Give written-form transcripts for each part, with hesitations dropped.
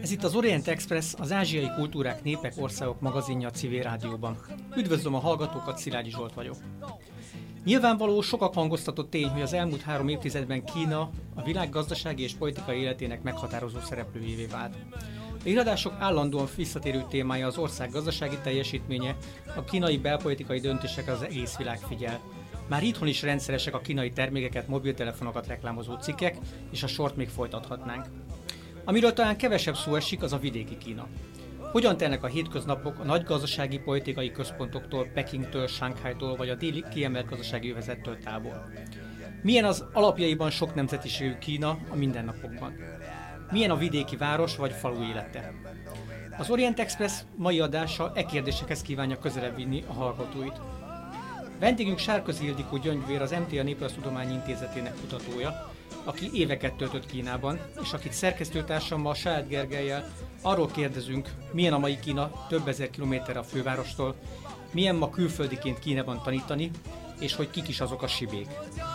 Ez itt az Orient Express, az Ázsiai Kultúrák, Népek, Országok magazinja a Civil Rádióban. Üdvözlöm a hallgatókat, Szilágyi Zsolt vagyok. Nyilvánvaló, sokak hangoztatott tény, hogy az elmúlt 3 évtizedben Kína a világ gazdasági és politikai életének meghatározó szereplőjévé vált. A híradások állandóan visszatérő témája az ország gazdasági teljesítménye, a kínai belpolitikai döntésekre az egész világ figyel. Már itthon is rendszeresek a kínai termékeket, mobiltelefonokat reklámozó cikkek, és a sort még folytathatnánk. Amiről talán kevesebb szó esik, az a vidéki Kína. Hogyan telnek a hétköznapok a nagy gazdasági politikai központoktól, Pekingtől, Shanghai-tól vagy a déli kiemelt gazdasági övezettől távol? Milyen az alapjaiban sok nemzetiségű Kína a mindennapokban? Milyen a vidéki város vagy falu élete? Az Orient Express mai adása e kérdésekhez kívánja közelebb vinni a hallgatóit. Vendégünk Sárközi Ildikó Gyöngyvér, az MTA Néprajztudományi Intézetének kutatója, aki éveket töltött Kínában, és akit szerkesztőtársammal, Sáját Gergellyel arról kérdezünk, milyen a mai Kína több ezer kilométerre a fővárostól, milyen ma külföldiként Kínában tanítani, és hogy kik is azok a sibék.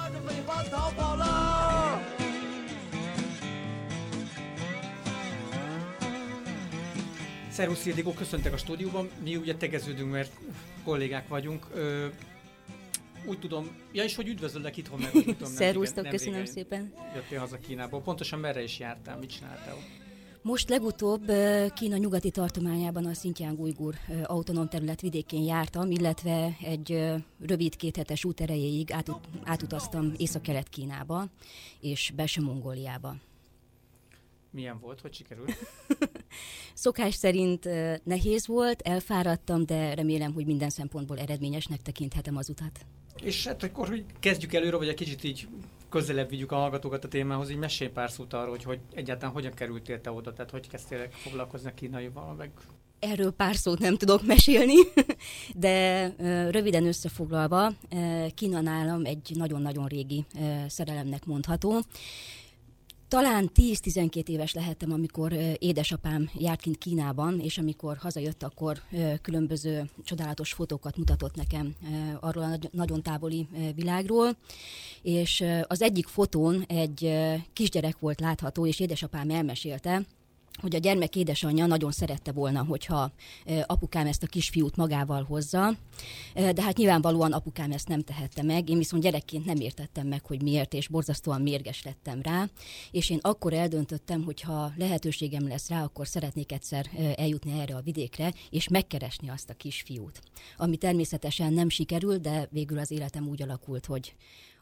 Szervusz Ildikó, köszöntek a stúdióban, mi ugye tegeződünk, mert kollégák vagyunk. Úgy tudom, és hogy üdvözöllek itthon, mert úgy tudom, Szervusztok, köszönöm szépen. Jöttél haza Kínából. Pontosan merre is jártál, mit csináltál? Most legutóbb Kína nyugati tartományában a Szintjáng-Ujgur autonóm terület vidékén jártam, illetve egy rövid 2 hetes út erejéig átutaztam Észak-Kelet-Kínába és Belső-Mongóliába. Milyen volt? Hogy sikerült? Szokás szerint nehéz volt, elfáradtam, de remélem, hogy minden szempontból eredményesnek tekinthetem az utat. És hát akkor, hogy kezdjük előre, vagy egy kicsit így közelebb vigyük a hallgatókat a témához, így mesélj pár szót arról, hogy egyáltalán hogyan kerültél te oda, tehát hogy kezdtél foglalkozni a kínaival, meg... Erről pár szót nem tudok mesélni, de röviden összefoglalva, Kína nálam egy nagyon-nagyon régi szerelemnek mondható. Talán 10-12 éves lehettem, amikor édesapám járt kint Kínában, és amikor hazajött, akkor különböző csodálatos fotókat mutatott nekem arról a nagyon távoli világról, és az egyik fotón egy kisgyerek volt látható, és édesapám elmesélte, hogy a gyermek édesanyja nagyon szerette volna, hogyha apukám ezt a kisfiút magával hozza, de hát nyilvánvalóan apukám ezt nem tehette meg, én viszont gyerekként nem értettem meg, hogy miért, és borzasztóan mérges lettem rá, és én akkor eldöntöttem, hogy ha lehetőségem lesz rá, akkor szeretnék egyszer eljutni erre a vidékre, és megkeresni azt a kisfiút. Ami természetesen nem sikerült, de végül az életem úgy alakult, hogy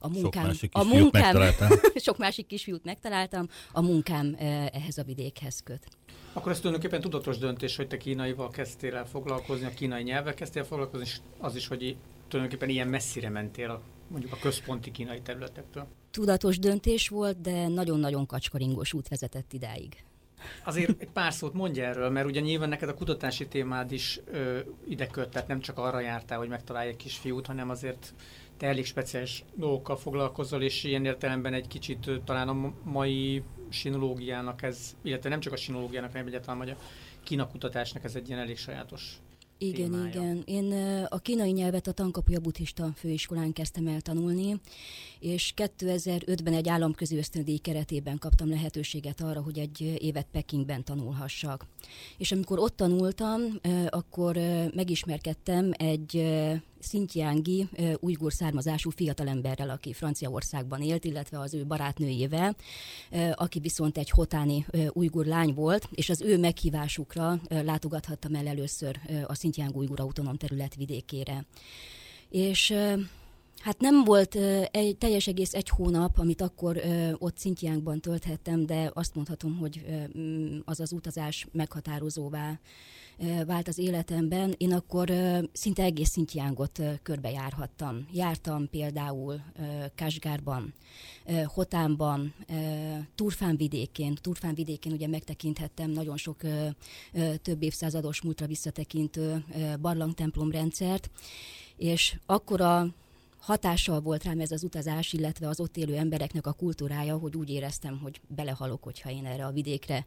sok másik kisfiút megtaláltam, a munkám ehhez a vidékhez köt. Akkor ez tulajdonképpen tudatos döntés, hogy te kínaival kezdtél el foglalkozni, a kínai nyelvvel kezdtél el foglalkozni, és az is, hogy tulajdonképpen ilyen messzire mentél mondjuk a központi kínai területektől. Tudatos döntés volt, de nagyon-nagyon kacskaringós út vezetett idáig. Azért egy pár szót mondj erről, mert ugye nyilván neked a kutatási témád is ide köt, tehát nem csak arra jártál, hogy megtalálj egy kisfiút, hanem azért te elég speciális dolgokkal foglalkozol, és ilyen értelemben egy kicsit talán a mai sinológiának ez, illetve nem csak a sinológiának, hanem egyáltalán a Kína kutatásnak ez egy ilyen elég sajátos témája. Igen. Én a kínai nyelvet a Tankapuja buddhista főiskolán kezdtem el tanulni, és 2005-ben egy államközi ösztöndíj keretében kaptam lehetőséget arra, hogy egy évet Pekingben tanulhassak. És amikor ott tanultam, akkor megismerkedtem egy szintjángi ujgur származású fiatalemberrel, aki Franciaországban élt, illetve az ő barátnőjével, aki viszont egy hotáni ujgur lány volt, és az ő meghívásukra látogathattam el először a Szintjáng-Ujgur autonóm terület vidékére. És hát nem volt egy teljes egész 1 hónap, amit akkor ott Szintjángban tölthettem, de azt mondhatom, hogy az az utazás meghatározóvá vált az életemben. Én akkor szinte egész Szintjángot körbejárhattam. Jártam például Kásgárban, Hotánban, Turfán vidékén ugye megtekinthettem nagyon sok több évszázados múltra visszatekintő barlangtemplom rendszert, és akkora hatással volt rám ez az utazás, illetve az ott élő embereknek a kultúrája, hogy úgy éreztem, hogy belehalok, hogyha én erre a vidékre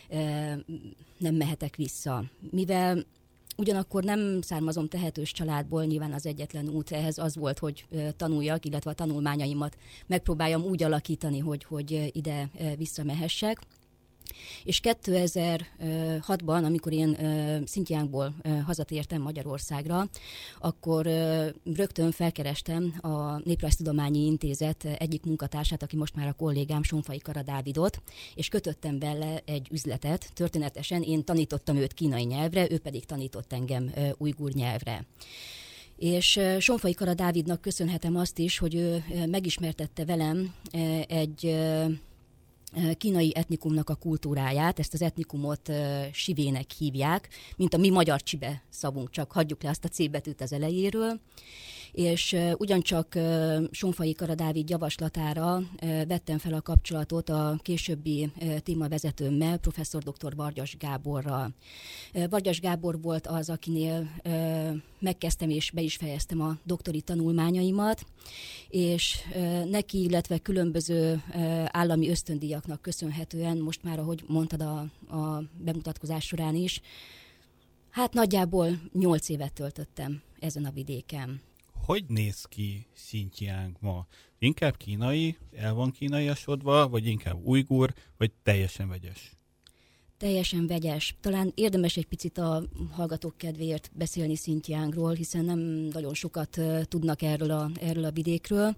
nem mehetek vissza. Mivel ugyanakkor nem származom tehetős családból, nyilván az egyetlen út ehhez az volt, hogy tanuljak, illetve a tanulmányaimat megpróbáljam úgy alakítani, hogy ide visszamehessek. És 2006-ban, amikor én Xinjiangból hazatértem Magyarországra, akkor rögtön felkerestem a Néprajztudományi Intézet egyik munkatársát, aki most már a kollégám, Sonfai Kara Dávidot, és kötöttem vele egy üzletet. Történetesen én tanítottam őt kínai nyelvre, ő pedig tanított engem ujgur nyelvre. És Sonfai Kara Dávidnak köszönhetem azt is, hogy ő megismertette velem egy kínai etnikumnak a kultúráját. Ezt az etnikumot sivének hívják, mint a mi magyar csibe szavunk, csak hagyjuk le azt a C betűt az elejéről. És ugyancsak Sonfai Kara Dávid javaslatára vettem fel a kapcsolatot a későbbi témavezetőmmel, professzor dr. Vargyas Gáborral. Vargyas Gábor volt az, akinél megkezdtem és be is fejeztem a doktori tanulmányaimat, és neki, illetve különböző állami ösztöndíjaknak köszönhetően, most már, ahogy mondtad a bemutatkozás során is, hát nagyjából 8 évet töltöttem ezen a vidéken. Hogy néz ki Xinjiang ma? Inkább kínai, el van kínaiasodva, vagy inkább ujgur, vagy teljesen vegyes? Teljesen vegyes. Talán érdemes egy picit a hallgatók kedvéért beszélni Xinjiangról, hiszen nem nagyon sokat tudnak erről a vidékről.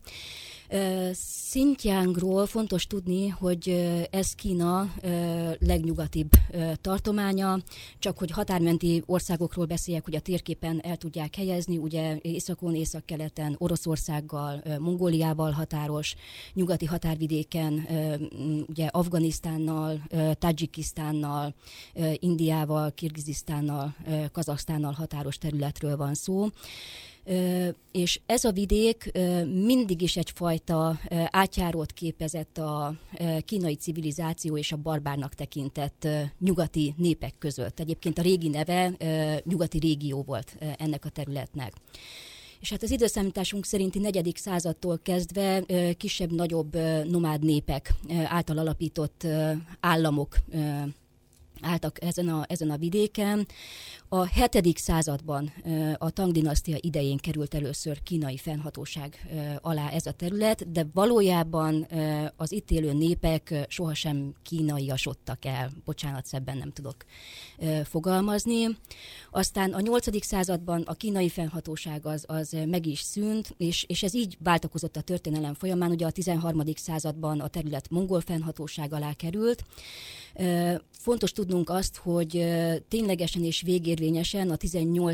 Xinjiangról fontos tudni, hogy ez Kína legnyugatibb tartománya, csak hogy határmenti országokról beszéljek, hogy a térképen el tudják helyezni, ugye északon, északkeleten, Oroszországgal, Mongóliával határos, nyugati határvidéken, ugye Afganisztánnal, Tadzsikisztánnal, Indiával, Kirgizisztánnal, Kazahsztánnal határos területről van szó. És ez a vidék mindig is egyfajta átjárót képezett a kínai civilizáció és a barbárnak tekintett nyugati népek között. Egyébként a régi neve nyugati régió volt ennek a területnek. És hát az időszámításunk szerinti 4. századtól kezdve kisebb-nagyobb nomád népek által alapított államok álltak ezen a vidéken. A 7. században a Tang-dinasztia idején került először kínai fennhatóság alá ez a terület, de valójában az itt élő népek sohasem kínaiasodtak el. Bocsánat, szebben nem tudok fogalmazni. Aztán a 8. században a kínai fennhatóság az meg is szűnt, és ez így váltakozott a történelem folyamán. Ugye a 13. században a terület mongol fennhatóság alá került. Fontos tudnunk azt, hogy ténylegesen és végérvényesen a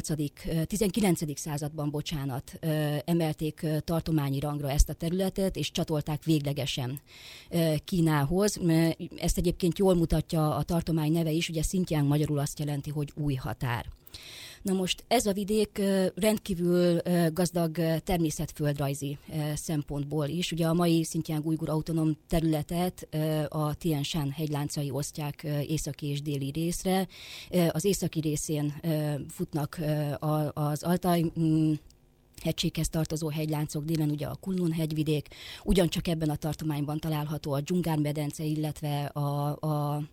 19. században, emelték tartományi rangra ezt a területet, és csatolták véglegesen Kínához. Ezt egyébként jól mutatja a tartomány neve is, ugye Xinjiang magyarul azt jelenti, hogy új határ. Na most ez a vidék rendkívül gazdag természetföldrajzi szempontból is. Ugye a mai Xinjiang ujgur autonóm területet a Tian Shan hegyláncai osztják északi és déli részre. Az északi részén futnak az Altaj hegységhez tartozó hegyláncok, délen ugye a Kunlun hegyvidék, ugyancsak ebben a tartományban található a Dzsungár medence, illetve a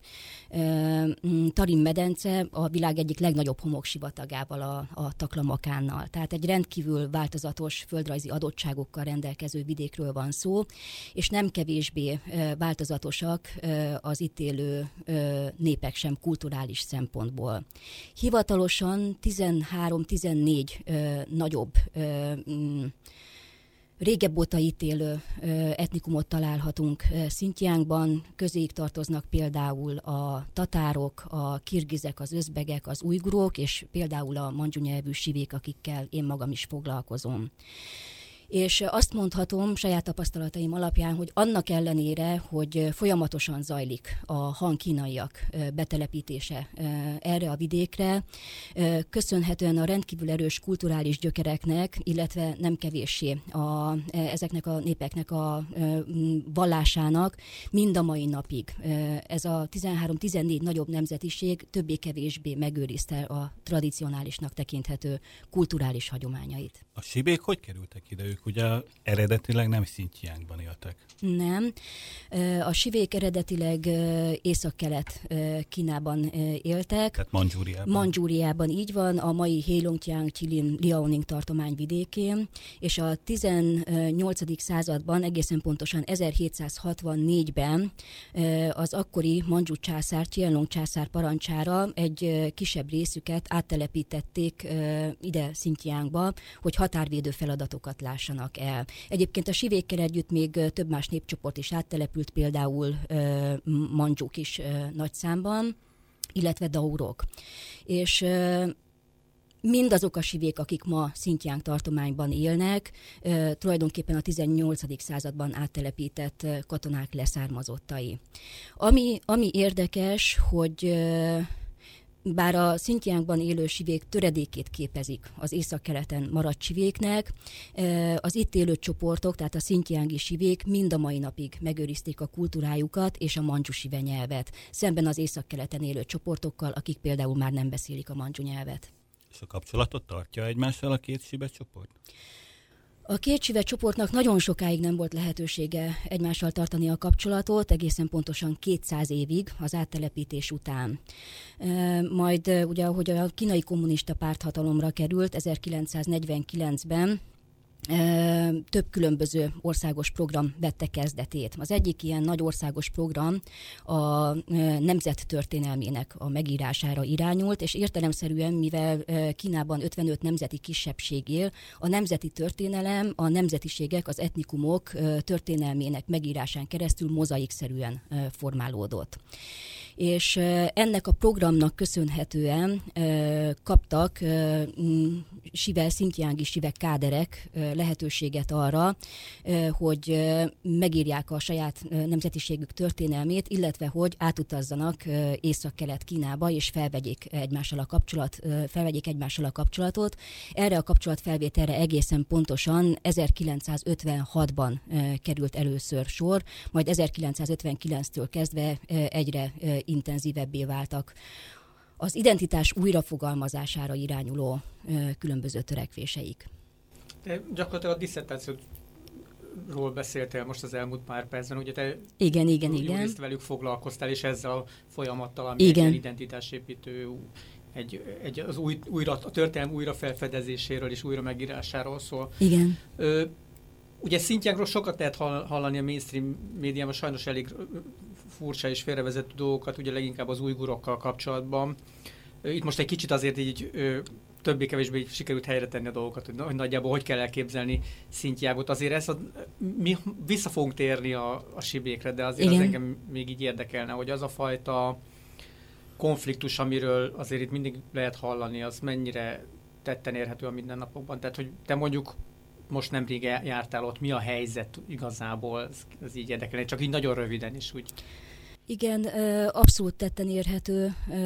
Tarim medence, a világ egyik legnagyobb homoksivatagával, a Taklamakánnal. Tehát egy rendkívül változatos földrajzi adottságokkal rendelkező vidékről van szó, és nem kevésbé változatosak az itt élő népek sem kulturális szempontból. Hivatalosan 13-14 nagyobb régebb óta itt élő etnikumot találhatunk Xinjiangban. Közéig tartoznak például a tatárok, a kirgizek, az özbegek, az ujgurok, és például a mandzsu nyelvű sivék, akikkel én magam is foglalkozom. És azt mondhatom saját tapasztalataim alapján, hogy annak ellenére, hogy folyamatosan zajlik a han-kínaiak betelepítése erre a vidékre, köszönhetően a rendkívül erős kulturális gyökereknek, illetve nem kevéssé ezeknek a népeknek a vallásának mind a mai napig. Ez a 13-14 nagyobb nemzetiség többé-kevésbé megőrizte a tradicionálisnak tekinthető kulturális hagyományait. A sibék hogy kerültek ide? Ők ők ugye eredetileg nem Xinjiangban éltek. Nem. A sivék eredetileg észak-kelet Kínában éltek. Tehát Mandzsúriában. Mandzsúriában így van, a mai Heilongjiang, Jilin, Liaoning tartomány vidékén, és a 18. században, egészen pontosan 1764-ben az akkori mandzsu császár, Qianlong császár parancsára egy kisebb részüket áttelepítették ide Xinjiangba, hogy határvédő feladatokat lássanak el. Egyébként a sivékkel együtt még több más népcsoport is áttelepült, például mandzsuk is nagy számban, illetve daurok. És mindazok a sivék, akik ma Xinjiang tartományban élnek, tulajdonképpen a 18. században áttelepített katonák leszármazottai. Ami érdekes, hogy bár a Xinjiangban élő sivék töredékét képezik az északkeleten maradt sivéknek, az itt élő csoportok, tehát a xinjiangi sivék mind a mai napig megőrizték a kultúrájukat és a mandzsu sive nyelvet, szemben az északkeleten élő csoportokkal, akik például már nem beszélik a mandzsu nyelvet. És a kapcsolatot tartja egymással a két sive csoport? A két sive csoportnak nagyon sokáig nem volt lehetősége egymással tartani a kapcsolatot, egészen pontosan 200 évig az áttelepítés után. Majd ugye, ahogy a kínai kommunista párt hatalomra került 1949-ben, több különböző országos program vette kezdetét. Az egyik ilyen nagy országos program a nemzettörténelmének a megírására irányult, és értelemszerűen, mivel Kínában 55 nemzeti kisebbség él, a nemzeti történelem, a nemzetiségek, az etnikumok történelmének megírásán keresztül mozaikszerűen formálódott. És ennek a programnak köszönhetően kaptak xinjiangi sive káderek lehetőséget arra, hogy megírják a saját nemzetiségük történelmét, illetve hogy átutazzanak Észak-Kelet Kínába, és felvegyék egymással a kapcsolatot. Erre a kapcsolatfelvételre egészen pontosan 1956-ban került először sor, majd 1959-től kezdve egyre intenzívebbé váltak az identitás újrafogalmazására irányuló különböző törekvéseik. Te gyakorlatilag a disszertációról beszéltél most az elmúlt pár percben, ugye te igen. Jó részt velük foglalkoztál, és ezzel a folyamattal, ami egy identitásépítő, a történelem újrafelfedezéséről és újra megírásáról szól. Igen. Ugye Xinjiangról sokat lehet hallani a mainstream médiában, sajnos elég furcsa és félrevezető dolgokat, ugye leginkább az ujgurokkal kapcsolatban. Itt most egy kicsit azért így többé-kevésbé sikerült helyre tenni a dolgokat, hogy nagyjából hogy kell elképzelni Xinjiangot. Azért mi vissza fogunk térni a sibékre, de azért az engem még így érdekelne, hogy az a fajta konfliktus, amiről azért itt mindig lehet hallani, az mennyire tetten érhető a mindennapokban. Tehát, hogy te mondjuk most nemrég jártál ott, mi a helyzet igazából, ez így érdekelne, csak így nagyon röviden is úgy. Igen, abszolút tetten érhető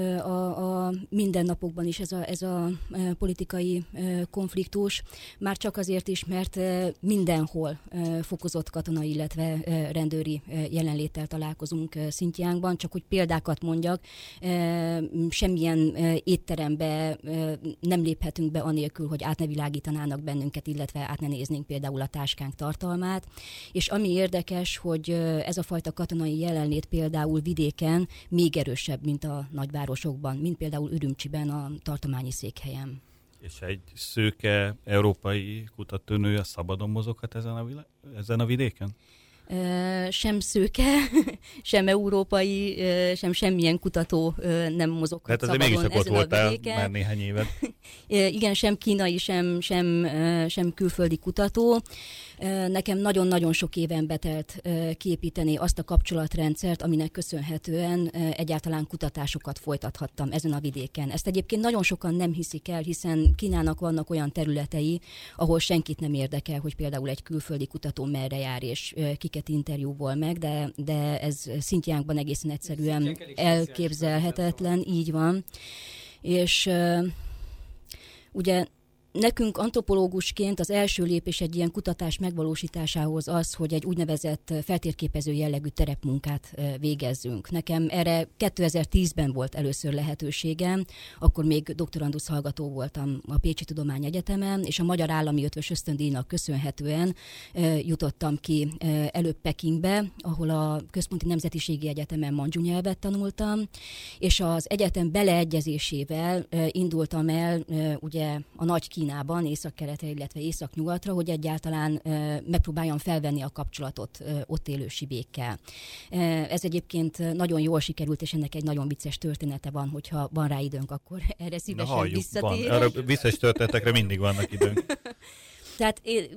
a mindennapokban is ez a politikai konfliktus, már csak azért is, mert mindenhol fokozott katonai, illetve rendőri jelenléttel találkozunk Xinjiangban, csak hogy példákat mondjak, semmilyen étterembe nem léphetünk be anélkül, hogy át ne világítanának bennünket, illetve át ne néznénk például a táskánk tartalmát, és ami érdekes, hogy ez a fajta katonai jelenlét például vidéken még erősebb, mint a nagyvárosokban, mint például Ürümcsiben, a tartományi székhelyen. És egy szőke európai kutatónő a szabadon mozoghat ezen a vidéken? Sem szőke, sem európai, sem semmilyen kutató nem mozoghat szabadon ezen a vidéken. Tehát azért mégis ott voltál már néhány évet. Igen, sem kínai, sem külföldi kutató. Nekem nagyon-nagyon sok éven betelt kiépíteni azt a kapcsolatrendszert, aminek köszönhetően egyáltalán kutatásokat folytathattam ezen a vidéken. Ezt egyébként nagyon sokan nem hiszik el, hiszen Kínának vannak olyan területei, ahol senkit nem érdekel, hogy például egy külföldi kutató merre jár és kiket interjúból meg, de ez Xinjiangban egészen egyszerűen elképzelhetetlen, így van. És ugye Nekünk antropológusként az első lépés egy ilyen kutatás megvalósításához az, hogy egy úgynevezett feltérképező jellegű terepmunkát végezzünk. Nekem erre 2010-ben volt először lehetőségem, akkor még doktorandusz hallgató voltam a Pécsi Tudományegyetemen, és a Magyar Állami Ötvös Ösztöndíjnak köszönhetően jutottam ki előbb Pekingbe, ahol a Központi Nemzetiségi Egyetemen mandzsu nyelvet tanultam, és az egyetem beleegyezésével indultam el ugye a Nagy Kínában, észak-keletre, illetve észak-nyugatra, hogy egyáltalán megpróbáljam felvenni a kapcsolatot ott élő sibékkel. Ez egyébként nagyon jól sikerült, és ennek egy nagyon vicces története van, hogyha van rá időnk, akkor erre szívesen visszatérek. Erre vicces történetekre mindig vannak időnk. Tehát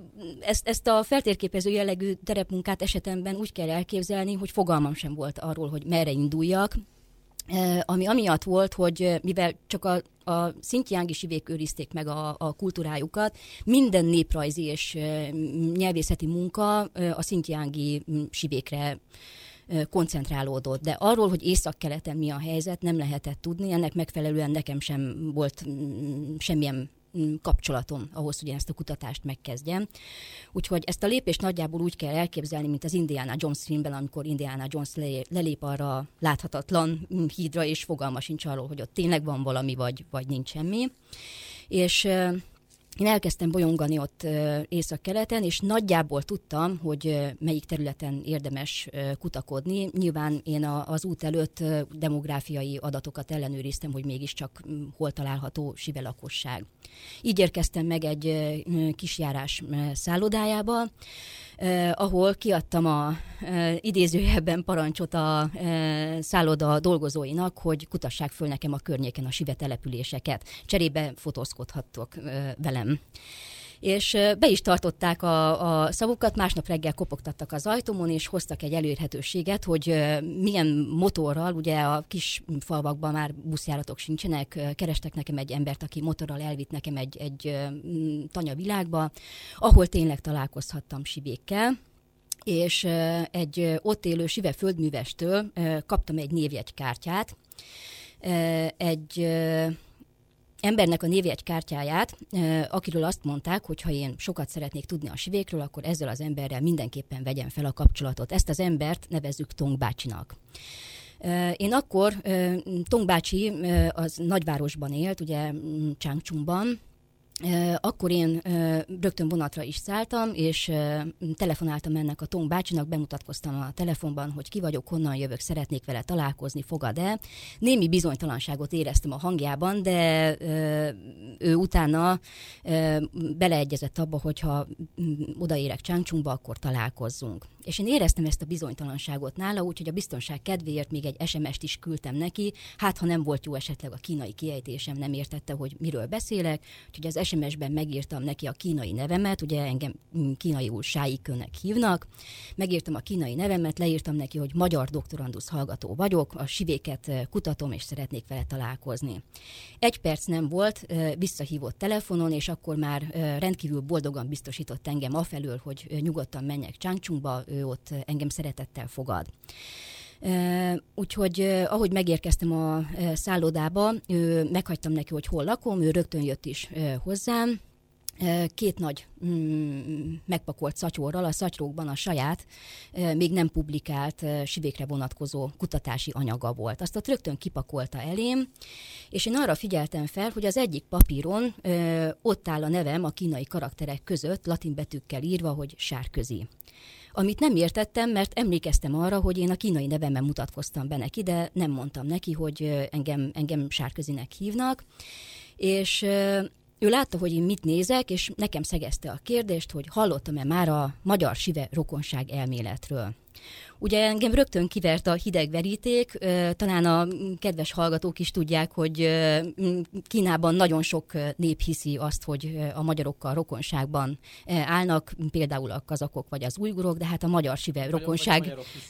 ezt a feltérképező jellegű terepmunkát esetemben úgy kell elképzelni, hogy fogalmam sem volt arról, hogy merre induljak, ami amiatt volt, hogy mivel csak a szintjángi sivék őrizték meg a kultúrájukat, minden néprajzi és nyelvészeti munka a szintjángi sivékre koncentrálódott. De arról, hogy északkeleten mi a helyzet, nem lehetett tudni, ennek megfelelően nekem sem volt semmilyen kapcsolatom ahhoz, hogy ezt a kutatást megkezdjem. Úgyhogy ezt a lépést nagyjából úgy kell elképzelni, mint az Indiana Jones filmben, amikor Indiana Jones lelép arra a láthatatlan hídra, és fogalma sincs arról, hogy ott tényleg van valami, vagy nincs semmi. És én elkezdtem bolyongani ott észak-keleten, és nagyjából tudtam, hogy melyik területen érdemes kutakodni. Nyilván én az út előtt demográfiai adatokat ellenőriztem, hogy mégiscsak hol található sive lakosság. Így érkeztem meg egy kisjárás szállodájába, ahol kiadtam a idézőjelben parancsot a szálloda dolgozóinak, hogy kutassák föl nekem a környéken a sive településeket. Cserébe fotózkodhattok velem. És be is tartották a szavukat, másnap reggel kopogtattak az ajtómon, és hoztak egy elérhetőséget, hogy milyen motorral, ugye a kis falvakban már buszjáratok sincsenek, kerestek nekem egy embert, aki motorral elvitt nekem egy tanya világba, ahol tényleg találkozhattam sibékkel, és egy ott élő sive földművestől kaptam egy névjegykártyát, egy embernek a névjegykártyáját, akiről azt mondták, hogy ha én sokat szeretnék tudni a sivékről, akkor ezzel az emberrel mindenképpen vegyem fel a kapcsolatot. Ezt az embert nevezzük Tong bácsinak. Én akkor, Tong bácsi az nagyvárosban élt, ugye Changchungban, akkor én rögtön vonatra is szálltam, és telefonáltam ennek a Tong bácsinak, bemutatkoztam a telefonban, hogy ki vagyok, honnan jövök, szeretnék vele találkozni, fogad-e. Némi bizonytalanságot éreztem a hangjában, de ő utána beleegyezett abba, hogyha odaérek Changchungba, akkor találkozzunk. És én éreztem ezt a bizonytalanságot nála, úgyhogy a biztonság kedvéért még egy SMS-t is küldtem neki, hát ha nem volt jó esetleg a kínai kiejtésem, nem értette, hogy miről beszélek, úgyhogy az SMS-ben megírtam neki a kínai nevemet, ugye engem kínaiul Sáikönnek hívnak, megírtam a kínai nevemet, leírtam neki, hogy magyar doktorandusz hallgató vagyok, a sivéket kutatom, és szeretnék vele találkozni. 1 perc nem volt, visszahívott telefonon, és akkor már rendkívül boldogan biztosított engem afelől, hogy nyugodtan menjek Changchungba, ő ott engem szeretettel fogad. Úgyhogy ahogy megérkeztem a szállodába, meghagytam neki, hogy hol lakom, ő rögtön jött is hozzám, 2 nagy megpakolt szatyorral, a szatyrókban a saját, még nem publikált sivékre vonatkozó kutatási anyaga volt. Azt ott rögtön kipakolta elém, és én arra figyeltem fel, hogy az egyik papíron ott áll a nevem a kínai karakterek között, latin betűkkel írva, hogy Sárközi. Amit nem értettem, mert emlékeztem arra, hogy én a kínai nevemben mutatkoztam be neki, de nem mondtam neki, hogy engem Sárközinek hívnak, és ő látta, hogy én mit nézek, és nekem szegezte a kérdést, hogy hallottam-e már a magyar sive rokonság elméletről. Ugye engem rögtön kivert a hideg veríték, talán a kedves hallgatók is tudják, hogy Kínában nagyon sok nép hiszi azt, hogy a magyarokkal rokonságban állnak, például a kazakok vagy az ujgurok, de hát a magyar sive rokonság...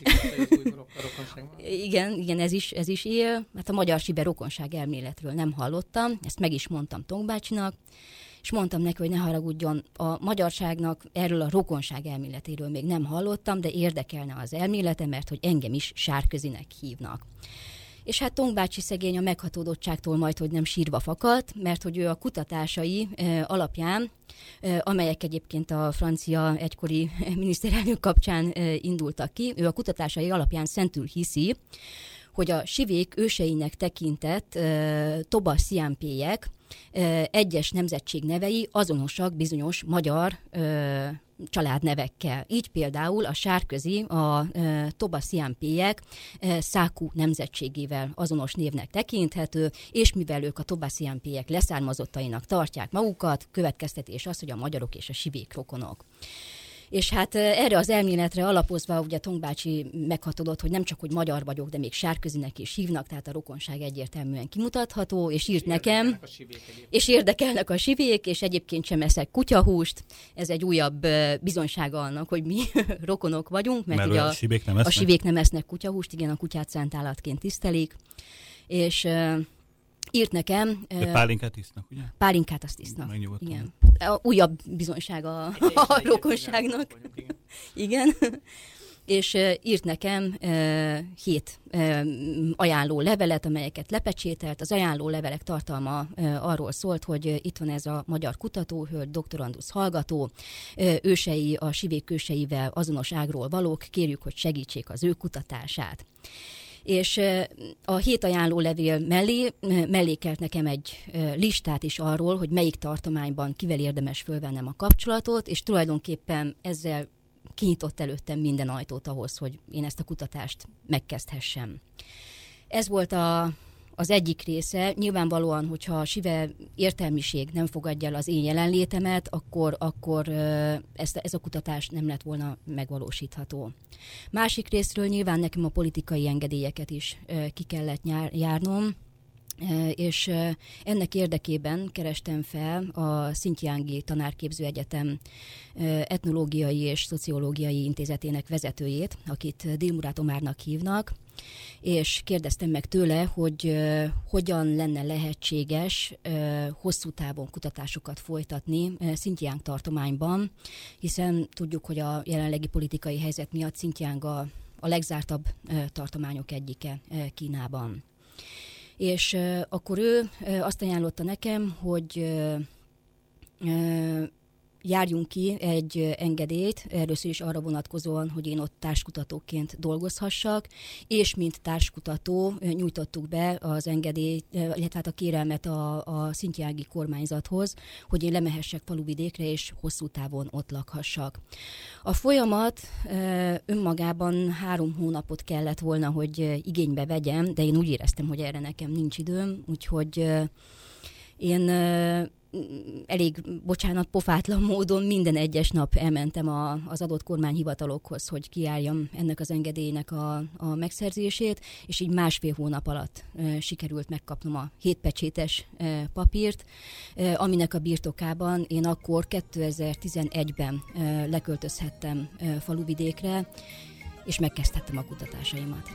Igen, ez is él. Hát a magyar sive rokonság elméletről nem hallottam, ezt meg is mondtam Tong bácsinak, és mondtam neki, hogy ne haragudjon, a magyarságnak erről a rokonság elméletéről még nem hallottam, de érdekelne az elmélete, mert hogy engem is Sárközinek hívnak. És hát Tong bácsi szegény a meghatódottságtól majdhogy nem sírva fakadt, mert hogy ő a kutatásai alapján, amelyek egyébként a francia egykori miniszterelnök kapcsán indultak ki, ő a kutatásai alapján szentül hiszi, hogy a sivék őseinek tekintett toba sziámpélyek egyes nemzetség nevei azonosak bizonyos magyar családnevekkel. Így például a sárközi, a toba sziámpélyek Száku nemzetségével azonos névnek tekinthető, és mivel ők a toba sziámpélyek leszármazottainak tartják magukat, következtetés az, hogy a magyarok és a sivék rokonok. És hát erre az elméletre alapozva ugye Tong bácsi meghatodott, hogy nem csak, hogy magyar vagyok, de még sárközinek is hívnak, tehát a rokonság egyértelműen kimutatható, és írt nekem, és érdekelnek a sivék, és egyébként sem eszek kutyahúst. Ez egy újabb bizonysága annak, hogy mi rokonok vagyunk, mert ugye a sivék nem esznek kutyahúst, igen, a kutyát szent állatként tisztelik, és írt nekem... De pálinkát isznak, ugye? Pálinkát azt isznak, igen. A újabb bizonysága a rokonságnak. Igen. És írt nekem 7 ajánló levelet, amelyeket lepecsételt. Az ajánló levelek tartalma arról szólt, hogy itt van ez a magyar kutatóhölgy, doktorandusz hallgató, ősei a sivék őseivel azonos ágról valók, kérjük, hogy segítsék az ő kutatását. És a 7 ajánlólevél mellé mellékelt nekem egy listát is arról, hogy melyik tartományban kivel érdemes fölvennem a kapcsolatot, és tulajdonképpen ezzel kinyitott előttem minden ajtót ahhoz, hogy én ezt a kutatást megkezdhessem. Ez volt az egyik része. Nyilvánvalóan, hogyha a sive értelmiség nem fogadja el az én jelenlétemet, akkor ez a kutatás nem lett volna megvalósítható. Másik részről nyilván nekem a politikai engedélyeket is ki kellett járnom, és ennek érdekében kerestem fel a Xinjiangi Tanárképző Egyetem etnológiai és szociológiai intézetének vezetőjét, akit Dilmurát Omárnak hívnak, és kérdeztem meg tőle, hogy hogyan lenne lehetséges hosszú távon kutatásokat folytatni Xinjiang tartományban, hiszen tudjuk, hogy a jelenlegi politikai helyzet miatt Xinjiang a legzártabb tartományok egyike Kínában. És akkor ő azt ajánlotta nekem, hogy járjunk ki egy engedélyt, először is arra vonatkozóan, hogy én ott társkutatóként dolgozhassak, és mint társkutató nyújtottuk be az engedélyt, illetve hát a kérelmet a xinjiangi kormányzathoz, hogy én lemehessek faluvidékre, és hosszú távon ott lakhassak. A folyamat önmagában 3 hónapot kellett volna, hogy igénybe vegyem, de én úgy éreztem, hogy erre nekem nincs időm, úgyhogy én elég, pofátlan módon minden egyes nap elmentem az adott kormányhivatalokhoz, hogy kijárjam ennek az engedélynek a megszerzését, és így 1,5 hónap alatt sikerült megkapnom a 7 pecsétes papírt, aminek a birtokában én akkor 2011-ben leköltözhettem faluvidékre, és megkezdhettem a kutatásaimat.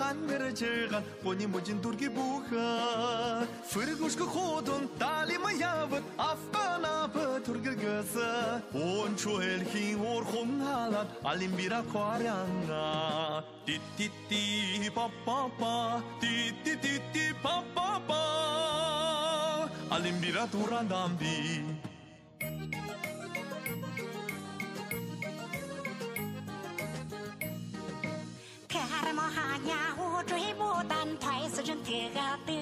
한글을 즐간 본이 무진 둘기 부하 프르구스크 호돈 달리마 야붓 아프가나 버투르길 거서 온초엘 힝오르 홍할란 알림비라 과량아 띠띠띠 빠빠빠 띠띠띠띠 빠빠빠 알림비라 도란담비 하냐 우주의 무단 퇴수전 대가들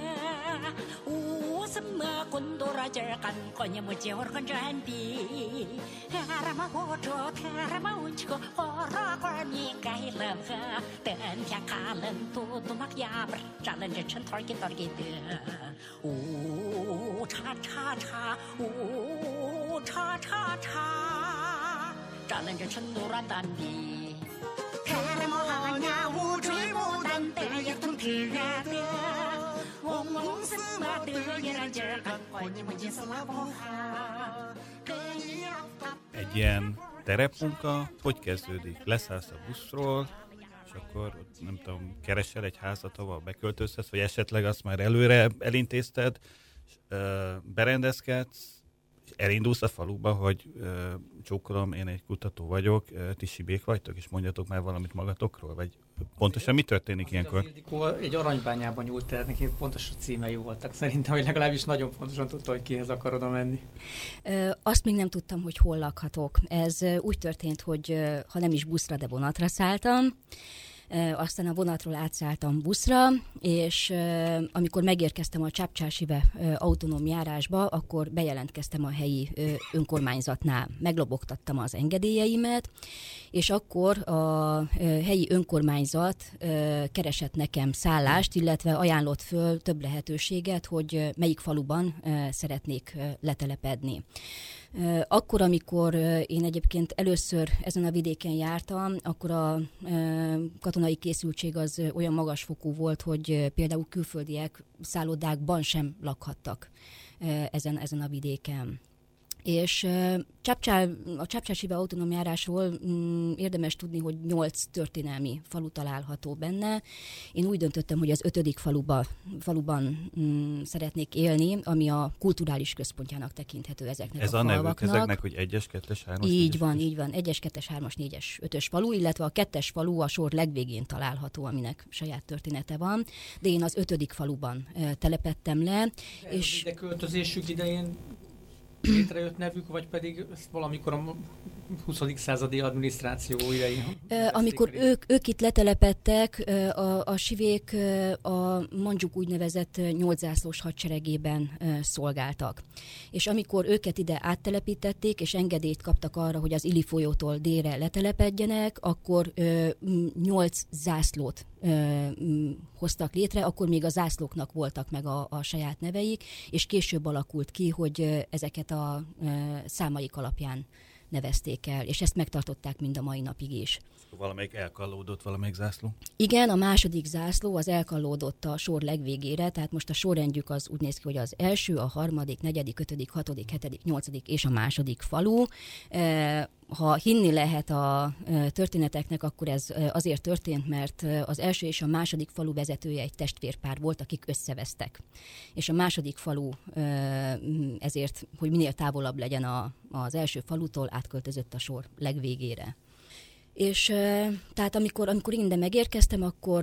웃음며 군도라절간 꼬니무지 오르건 전비 하라마 우주 하라마 운치고 호라골미 가일러가 던향칼은 두두막 야브라 잘른저 천털기 떨기들 우 차차차 우 차차차 잘른저 천도란단비 하냐 우주의 무단 때였던 그가들 옹몽스마 들이란 절간 꼬니무지 szalaboha Egy ilyen terepmunka, hogy kezdődik? Leszállsz a buszról, és akkor ott, nem tudom, keresel egy házat, ahol beköltözhetsz, vagy esetleg azt már előre elintézted, és, berendezkedsz, és elindulsz a faluba, hogy csókolom, én egy kutató vagyok, ti sibék vagytok, és mondjatok már valamit magatokról, vagy pontosan mi történik ilyenkor? Az Ildikó egy aranybányában nyúlt, tehát neki pontos címei voltak. Szerintem, hogy legalábbis nagyon pontosan tudta, hogy kihez akar oda menni. Azt még nem tudtam, hogy hol lakhatok. Ez úgy történt, hogy ha nem is buszra, de vonatra szálltam. Aztán a vonatról átszálltam buszra, és amikor megérkeztem a Csapcsásibe autonóm járásba, akkor bejelentkeztem a helyi önkormányzatnál. Meglobogtattam az engedélyeimet, és akkor a helyi önkormányzat keresett nekem szállást, illetve ajánlott föl több lehetőséget, hogy melyik faluban szeretnék letelepedni. Akkor, amikor én egyébként először ezen a vidéken jártam, akkor a katonai készültség az olyan magasfokú volt, hogy például külföldiek szállodákban sem lakhattak ezen a vidéken. És a Csapcsásibe autonóm járásról érdemes tudni, hogy 8 történelmi falu található benne. Én úgy döntöttem, hogy az 5. faluban szeretnék élni, ami a kulturális központjának tekinthető ezeknek Ez a falvaknak. Ez a nevük ezeknek, hogy 1-es, 2-es, 3-as, így van. 1-es, 2-es, 3-as, 4-es, 5-ös falu, illetve a 2-es falu a sor legvégén található, aminek saját története van. De én az 5. faluban telepedtem le. És ide költözésük idején létrejött nevük, vagy pedig valamikor a 20. századi adminisztráció idején? Amikor ők itt letelepedtek, a sivék a Mandzsuk úgynevezett 8 zászlós hadseregében szolgáltak. És amikor őket ide áttelepítették, és engedélyt kaptak arra, hogy az Ili folyótól délre letelepedjenek, akkor 8 zászlót hoztak létre, akkor még a zászlóknak voltak meg a saját neveik, és később alakult ki, hogy ezeket a számaik alapján nevezték el, és ezt megtartották mind a mai napig is. Valamelyik elkallódott, valamelyik zászló? Igen, a második zászló az elkallódott a sor legvégére, tehát most a sorrendjük az úgy néz ki, hogy az első, a harmadik, negyedik, 5., 6., 7., 8. és a második falu. Ha hinni lehet a történeteknek, akkor ez azért történt, mert az első és a második falu vezetője egy testvérpár volt, akik összevesztek. És a második falu ezért, hogy minél távolabb legyen az első falutól, átköltözött a sor legvégére. És tehát amikor én ide megérkeztem, akkor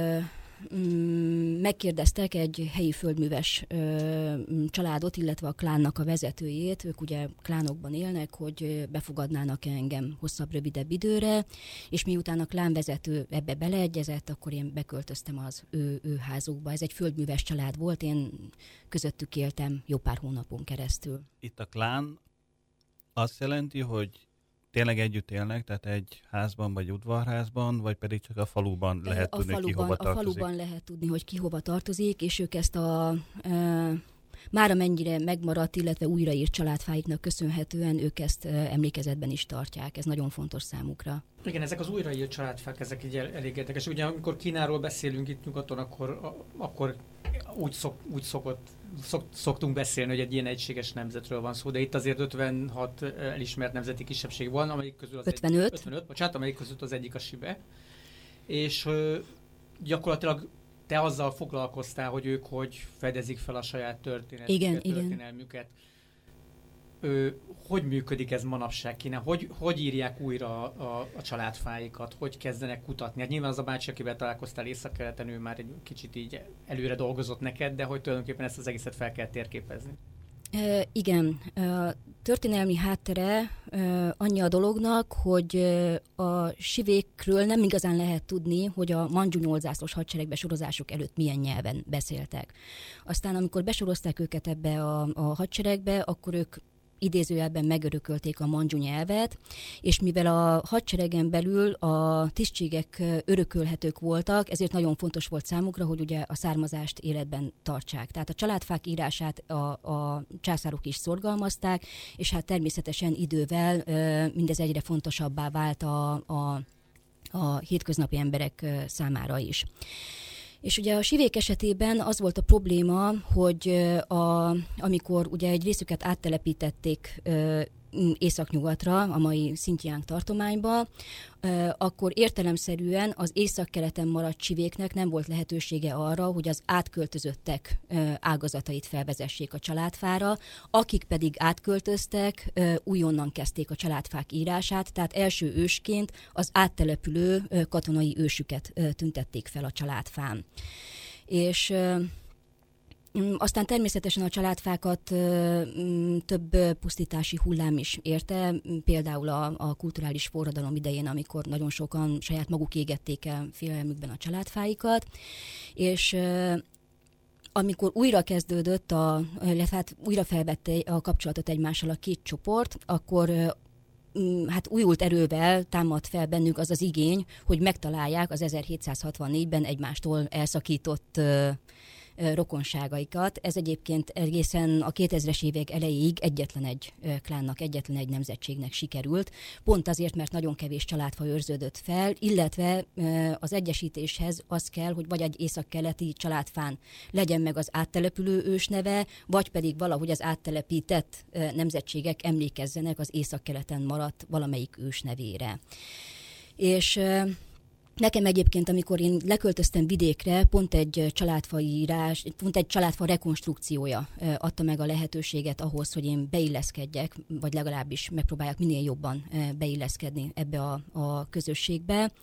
megkérdeztek egy helyi földműves családot, illetve a klánnak a vezetőjét, ők ugye klánokban élnek, hogy befogadnának engem hosszabb, rövidebb időre, és miután a klánvezető ebbe beleegyezett, akkor én beköltöztem az ő házukba. Ez egy földműves család volt, én közöttük éltem jó pár hónapon keresztül. Itt a klán azt jelenti, hogy tényleg együtt élnek, tehát egy házban vagy udvarházban, vagy pedig csak a faluban lehet tudni, hogy ki hova tartozik? A faluban lehet tudni, hogy ki hova tartozik, és ők ezt már amennyire megmaradt, illetve újraírt családfáiknak köszönhetően ők ezt emlékezetben is tartják. Ez nagyon fontos számukra. Igen, ezek az újraírt családfák, ezek így elég érdekes. Ugye amikor Kínáról beszélünk itt nyugaton, akkor úgy szoktunk beszélni, hogy egy ilyen egységes nemzetről van szó, de itt azért 56 elismert nemzeti kisebbség van, amelyik közül az 55. 55, bocsánat, amelyik között az egyik a sibe. És gyakorlatilag te azzal foglalkoztál, hogy ők hogy fedezik fel a saját történelmüket. Hogy működik ez manapság kéne? Hogy írják újra a családfáikat? Hogy kezdenek kutatni? Hát nyilván az a bácsi, akivel találkoztál északkeleten, ő már egy kicsit így előre dolgozott neked, de hogy tulajdonképpen ezt az egészet fel kell térképezni. Igen. Történelmi háttere annyi a dolognak, hogy a sivékről nem igazán lehet tudni, hogy a mandzsu 8-zászlós hadseregbe sorozások előtt milyen nyelven beszéltek. Aztán amikor besorozták őket ebbe a hadseregbe, akkor ők idézőjelben megörökölték a mandzsu nyelvet, és mivel a hadseregen belül a tisztségek örökölhetők voltak, ezért nagyon fontos volt számukra, hogy ugye a származást életben tartsák. Tehát a családfák írását a császárok is szorgalmazták, és hát természetesen idővel mindez egyre fontosabbá vált a hétköznapi emberek számára is. És ugye a sivék esetében az volt a probléma, hogy amikor ugye egy részüket áttelepítették északnyugatra, a mai Xinjiang tartományba, akkor értelemszerűen az északkeleten maradt sivéknek nem volt lehetősége arra, hogy az átköltözöttek ágazatait felvezessék a családfára, akik pedig átköltöztek, újonnan kezdték a családfák írását, tehát első ősként az áttelepülő katonai ősüket tüntették fel a családfán. És aztán természetesen a családfákat több pusztítási hullám is érte, például a kulturális forradalom idején, amikor nagyon sokan saját maguk égették el félelmükben a családfáikat, és amikor újra kezdődött, hát újra felvette a kapcsolatot egymással a két csoport, akkor hát újult erővel támadt fel bennük az az igény, hogy megtalálják az 1764-ben egymástól elszakított rokonságaikat. Ez egyébként egészen a 2000-es évek elejéig egyetlen egy klánnak, egyetlen egy nemzetségnek sikerült, pont azért, mert nagyon kevés családfa őrződött fel, illetve az egyesítéshez az kell, hogy vagy egy északkeleti családfán legyen meg az áttelepülő ősneve, vagy pedig valahogy az áttelepített nemzetségek emlékezzenek az északkeleten maradt valamelyik ősnevére. És nekem egyébként, amikor én leköltöztem vidékre, pont egy családfa rekonstrukciója adta meg a lehetőséget ahhoz, hogy én beilleszkedjek, vagy legalábbis megpróbáljak minél jobban beilleszkedni ebbe a közösségbe.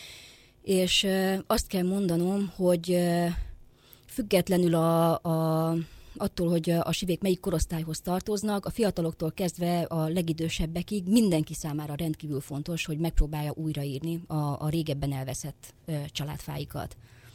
És azt kell mondanom, hogy függetlenül attól, hogy a sivék melyik korosztályhoz tartoznak, a fiataloktól kezdve a legidősebbekig mindenki számára rendkívül fontos, hogy megpróbálja újraírni a régebben elveszett családfáikat.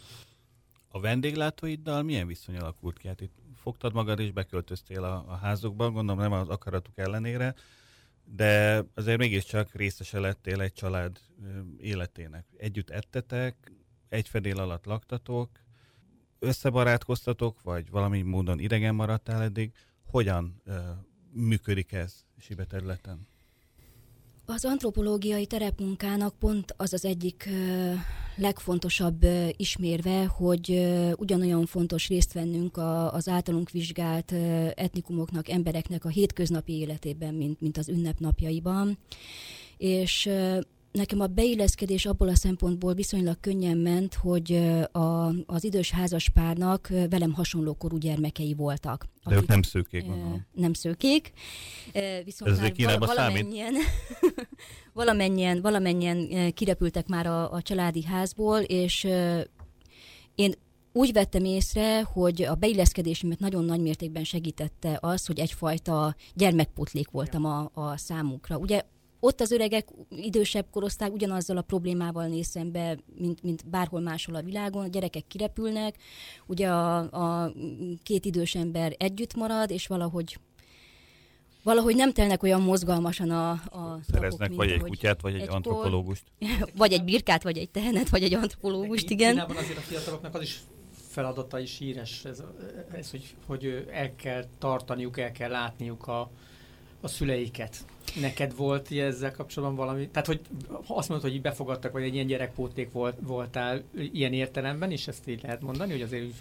A vendéglátóiddal milyen viszony alakult ki? Hát itt fogtad magad és beköltöztél a házukba, gondolom nem az akaratuk ellenére, de azért mégiscsak részese lettél egy család életének. Együtt ettetek, egy fedél alatt laktatok, összebarátkoztatok, vagy valami módon idegen maradtál eddig? Hogyan működik ez Sibe területen? Az antropológiai terepmunkának pont az az egyik legfontosabb ismérve, hogy ugyanolyan fontos részt vennünk az általunk vizsgált etnikumoknak, embereknek a hétköznapi életében, mint az ünnepnapjaiban. És nekem a beilleszkedés abból a szempontból viszonylag könnyen ment, hogy az idős házaspárnak velem hasonló korú gyermekei voltak. De ők nem szőkék, gondolom. Nem szőkék. Viszont ez valamennyien kirepültek már a családi házból, és én úgy vettem észre, hogy a beilleszkedésemet nagyon nagy mértékben segítette az, hogy egyfajta gyermekpótlék voltam a számukra. Ugye ott az öregek, idősebb korosztály ugyanazzal a problémával néz szembe, mint bárhol máshol a világon. A gyerekek kirepülnek, ugye a két idős ember együtt marad, és valahogy nem telnek olyan mozgalmasan a szereznek napok, vagy egy kutyát, vagy egy antropológust. Vagy egy birkát, vagy egy tehenet, vagy egy antropológust, igen. Kínában azért a fiataloknak az is feladata is híres, ez hogy el kell tartaniuk, el kell látniuk a szüleiket. Neked volt ezzel kapcsolatban valami? Tehát, hogy azt mondod, hogy így befogadtak, vagy egy ilyen gyerekpótlék voltál ilyen értelemben, és ezt így lehet mondani, hogy azért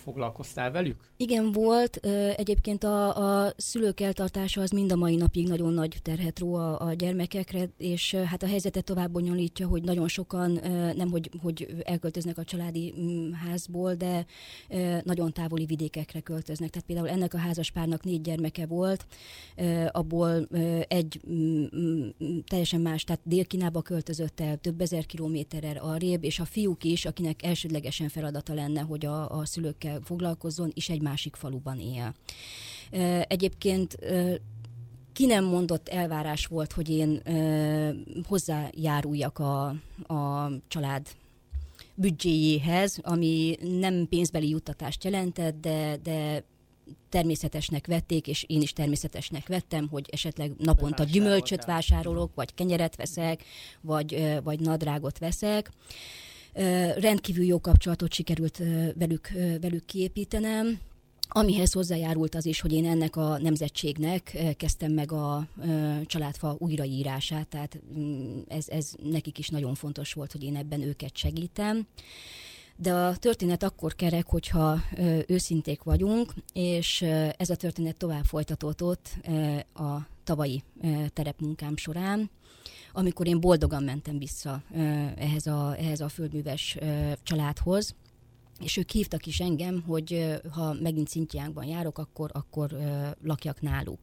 foglalkoztál velük? Igen, volt. Egyébként a szülők eltartása az mind a mai napig nagyon nagy terhet ró a gyermekekre, és hát a helyzetet tovább bonyolítja, hogy nagyon sokan nem hogy elköltöznek a családi házból, de nagyon távoli vidékekre költöznek. Tehát például ennek a házaspárnak 4 gyermeke volt, abból egy teljesen más, tehát Dél-Kínába költözött el több ezer kilométerrel arrébb, és a fiúk is, akinek elsődlegesen feladata lenne, hogy a szülőkkel foglalkozzon, is egy másik faluban él. Egyébként ki nem mondott elvárás volt, hogy én hozzájáruljak a család büdzséjéhez, ami nem pénzbeli juttatást jelentett, de természetesnek vették, és én is természetesnek vettem, hogy esetleg naponta gyümölcsöt vásárolok, vagy kenyeret veszek, vagy nadrágot veszek. Rendkívül jó kapcsolatot sikerült velük kiépítenem, amihez hozzájárult az is, hogy én ennek a nemzetségnek kezdtem meg a családfa újraírását, tehát ez nekik is nagyon fontos volt, hogy én ebben őket segítem. De a történet akkor kerek, hogyha őszinték vagyunk, és ez a történet tovább folytatódott a tavalyi terepmunkám során, amikor én boldogan mentem vissza ehhez a földműves családhoz, és ők hívtak is engem, hogy ha megint Szintjánkban járok, akkor lakjak náluk.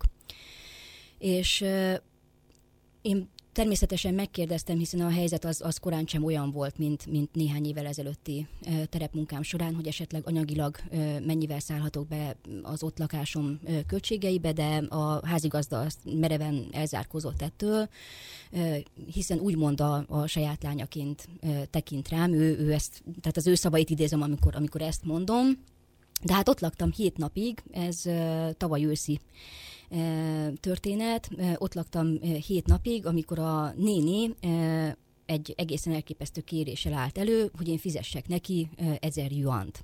És én természetesen megkérdeztem, hiszen a helyzet az korán sem olyan volt, mint néhány évvel ezelőtti terepmunkám során, hogy esetleg anyagilag mennyivel szállhatok be az ott lakásom költségeibe, de a házigazda azt mereven elzárkózott ettől, hiszen úgymond a saját lányaként tekint rám, ő ezt, tehát az ő szavait idézem, amikor ezt mondom, de hát ott laktam 7 napig, ez tavaly őszi történet. Ott laktam 7 napig, amikor a néni egy egészen elképesztő kéréssel állt elő, hogy én fizessek neki 1000 juant.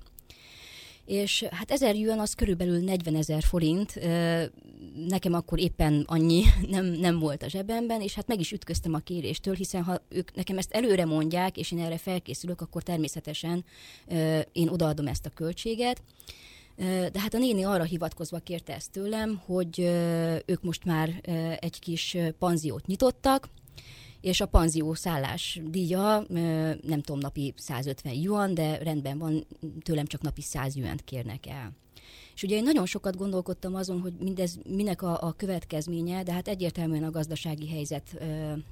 És hát 1000 yuan az körülbelül 40 000 forint, nekem akkor éppen annyi nem volt a zsebemben, és hát meg is ütköztem a kéréstől, hiszen ha ők nekem ezt előre mondják, és én erre felkészülök, akkor természetesen én odaadom ezt a költséget. De hát a néni arra hivatkozva kérte ezt tőlem, hogy ők most már egy kis panziót nyitottak, és a panzió szállás díja, nem tudom, napi 150 yuan, de rendben van, tőlem csak napi 100 yuant kérnek el. És ugye én nagyon sokat gondolkodtam azon, hogy mindez minek a következménye, de hát egyértelműen a gazdasági helyzet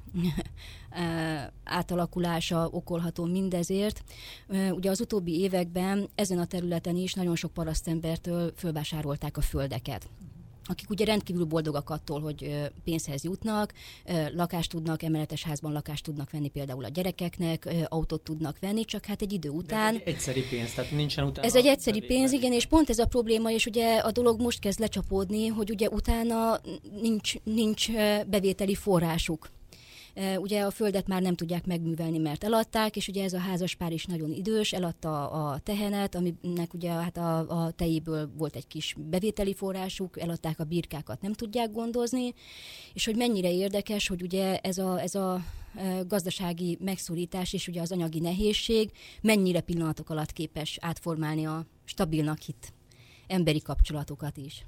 átalakulása okolható mindezért. Ugye az utóbbi években ezen a területen is nagyon sok parasztembertől fölvásárolták a földeket, akik ugye rendkívül boldogak attól, hogy pénzhez jutnak, lakást tudnak, emeletes házban lakást tudnak venni például a gyerekeknek, autót tudnak venni, csak hát egy idő után... Ez egy egyszeri pénz, tehát nincsen utána... Ez egy egyszeri pénz, igen, és pont ez a probléma, és ugye a dolog most kezd lecsapódni, hogy ugye utána nincs bevételi forrásuk. Ugye a földet már nem tudják megművelni, mert eladták, és ugye ez a házaspár is nagyon idős, eladta a tehenet, aminek ugye hát a tejéből volt egy kis bevételi forrásuk, eladták a birkákat, nem tudják gondozni, és hogy mennyire érdekes, hogy ugye ez a gazdasági megszorítás és ugye az anyagi nehézség mennyire pillanatok alatt képes átformálni a stabilnak hitt emberi kapcsolatokat is.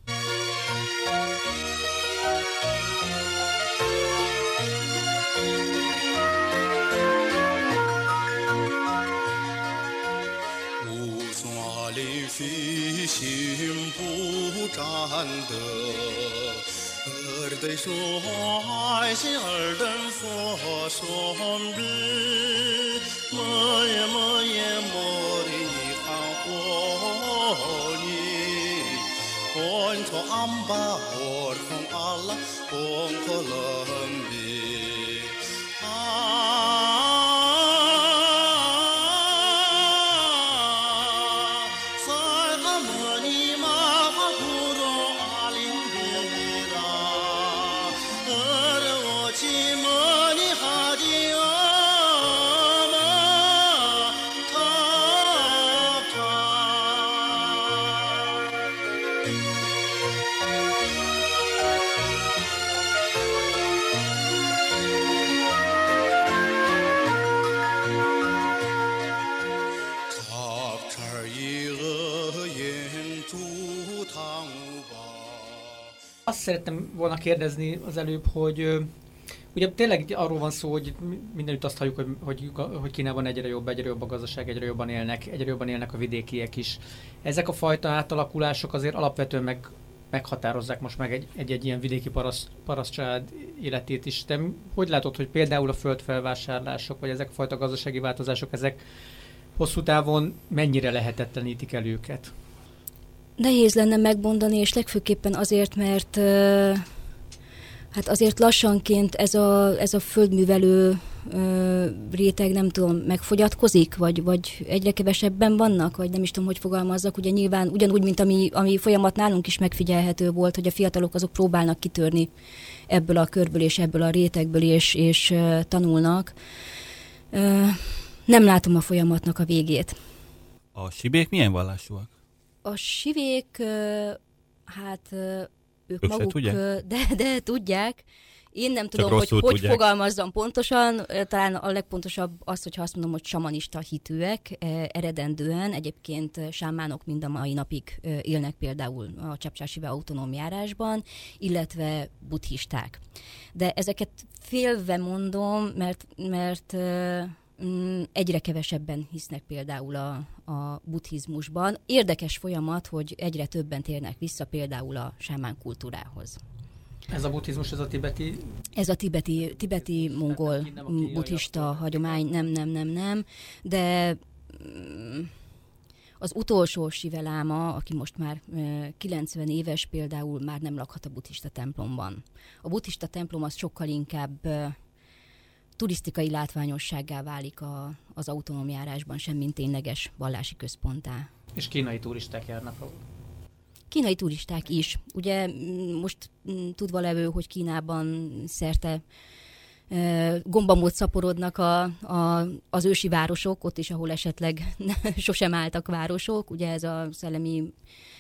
azt szerettem volna kérdezni az előbb, hogy ugye tényleg arról van szó, hogy mindenütt azt halljuk, hogy Kínában egyre jobb a gazdaság, egyre jobban élnek a vidékiek is. Ezek a fajta átalakulások azért alapvetően meghatározzák most meg egy ilyen vidéki parasztcsalád életét is. Te hogy látod, hogy például a földfelvásárlások, vagy ezek a fajta gazdasági változások, ezek hosszú távon mennyire lehetetlenítik el őket? Nehéz lenne megmondani, és legfőképpen azért, mert hát azért lassanként ez a földművelő réteg, nem tudom, megfogyatkozik, vagy egyre kevesebben vannak, vagy nem is tudom, hogy fogalmazzak. Ugye nyilván ugyanúgy, mint ami folyamat nálunk is megfigyelhető volt, hogy a fiatalok azok próbálnak kitörni ebből a körből és ebből a rétegből, és tanulnak. Nem látom a folyamatnak a végét. A sibék milyen vallásúak? A sivék, hát ők maguk, de tudják. Én nem tudom, hogy fogalmazzam pontosan. Talán a legpontosabb az, hogyha azt mondom, hogy samanista hitűek eredendően. Egyébként sámánok mind a mai napig élnek például a Csapcsásive autonóm járásban, illetve buddhisták. De ezeket félve mondom, mert egyre kevesebben hisznek például a buddhizmusban. Érdekes folyamat, hogy egyre többen térnek vissza például a sámán kultúrához. Ez a buddhizmus, ez a tibeti? Ez a tibeti mongol buddhista hagyomány, nem, de az utolsó siveláma, aki most már 90 éves például, már nem lakhat a buddhista templomban. A buddhista templom az sokkal inkább turisztikai látványossággá válik az autonóm járásban, semmint tényleges vallási központtá. És kínai turisták járnak ahol? Kínai turisták is. Ugye most tudva levő, hogy Kínában szerte gombamód szaporodnak az ősi városok, ott is, ahol esetleg sosem álltak városok. Ugye ez a szellemi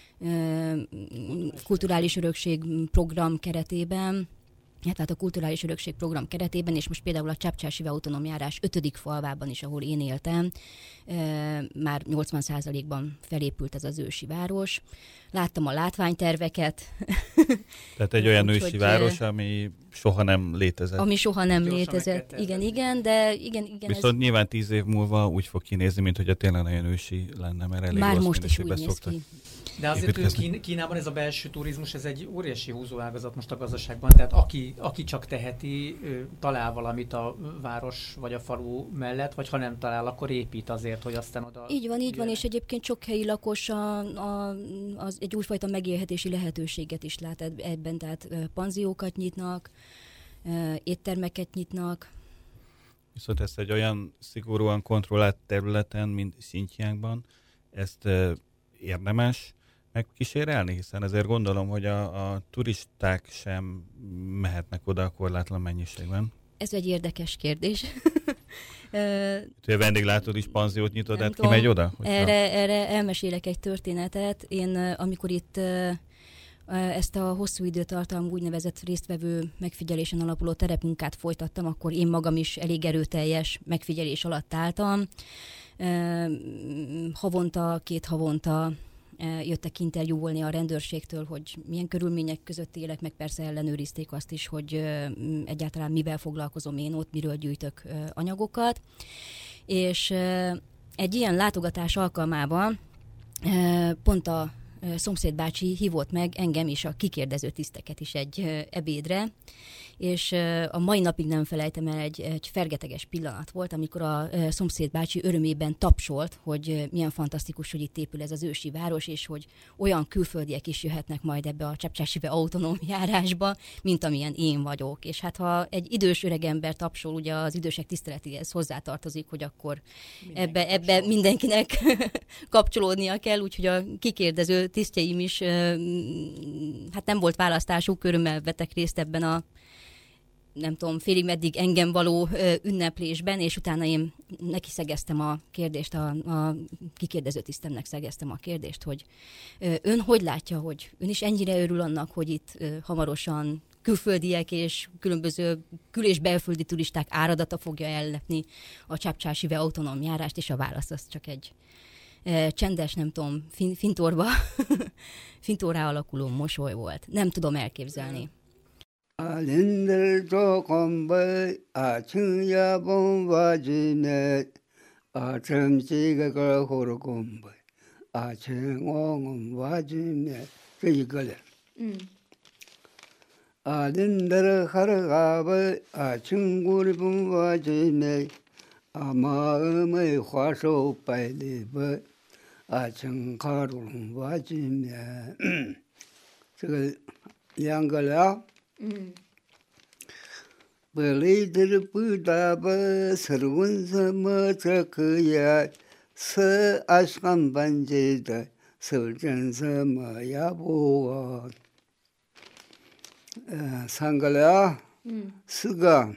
kulturális örökség program keretében, tehát a kulturális örökség program keretében, és most például a Csapcsásive autonóm járás 5. falvában is, ahol én éltem, már 80%-ban felépült ez az ősi város. Láttam a látványterveket. Tehát egy olyan ősi város, ami soha nem létezett. Ami soha nem létezett. Igen, de igen. Viszont nyilván 10 év múlva úgy fog kinézni, mint hogyha tényleg nagyon ősi lenne, mert elég már most is úgy néz ki. De azért Kínában ez a belső turizmus, ez egy óriási húzóágazat most a gazdaságban, tehát aki csak teheti, talál valamit a város vagy a falu mellett, vagy ha nem talál, akkor épít azért, hogy aztán oda... Így van, és egyébként sok helyi lakos az egy újfajta megélhetési lehetőséget is lát ebben, tehát panziókat nyitnak, éttermeket nyitnak. Viszont ezt egy olyan szigorúan kontrollált területen, mint Xinjiangban, ezt érdemes megkísérelni, hiszen ezért gondolom, hogy a turisták sem mehetnek oda a korlátlan mennyiségben. Ez egy érdekes kérdés. A vendéglátó is panziót nyitod, hát ki megy oda? Erre elmesélek egy történetet. Én amikor itt ezt a hosszú időtartalmú úgynevezett résztvevő megfigyelésen alapuló terepmunkát folytattam, akkor én magam is elég erőteljes megfigyelés alatt álltam. Két havonta jöttek interjúvolni a rendőrségtől, hogy milyen körülmények között élek, meg persze ellenőrizték azt is, hogy egyáltalán mivel foglalkozom én ott, miről gyűjtök anyagokat. És egy ilyen látogatás alkalmával pont a szomszéd bácsi hívott meg engem is, a kikérdező tiszteket is egy ebédre, és a mai napig nem felejtem el, egy fergeteges pillanat volt, amikor a szomszéd bácsi örömében tapsolt, hogy milyen fantasztikus, hogy itt épül ez az ősi város, és hogy olyan külföldiek is jöhetnek majd ebbe a Csapcsásive autonóm járásba, mint amilyen én vagyok. És hát ha egy idős öregember tapsol, ugye az idősek tiszteletéhez hozzátartozik, hogy akkor ebbe mindenkinek kapcsolódnia kell, úgyhogy a kikérdező tisztjeim is, hát nem volt választásuk, örömmel vettek részt ebben a nem tudom, félig meddig engem való ünneplésben, és utána én neki szegeztem a kérdést, a kikérdező tisztemnek szegeztem a kérdést, hogy ön hogy látja, hogy ön is ennyire örül annak, hogy itt hamarosan külföldiek és különböző kül- és belföldi turisták áradata fogja ellepni a Csapcsásive autonóm járást, és a válasz az csak egy csendes, nem tudom, fintórá alakuló mosoly volt. Nem tudom elképzelni. 아린들도 공부에 아층야봉 와주네 아점지가 걸 공부에 아층옹 와주네 그 이거래. 아린들 하러가버 아층구리 분 와주네 아마음의 화소 빨리버 아층가루 와주네. 这个两个了。 벌리들 부다버 서른서 뭐저 그야 서 아시간 반제다 설전서 뭐야 보고 상가라 스가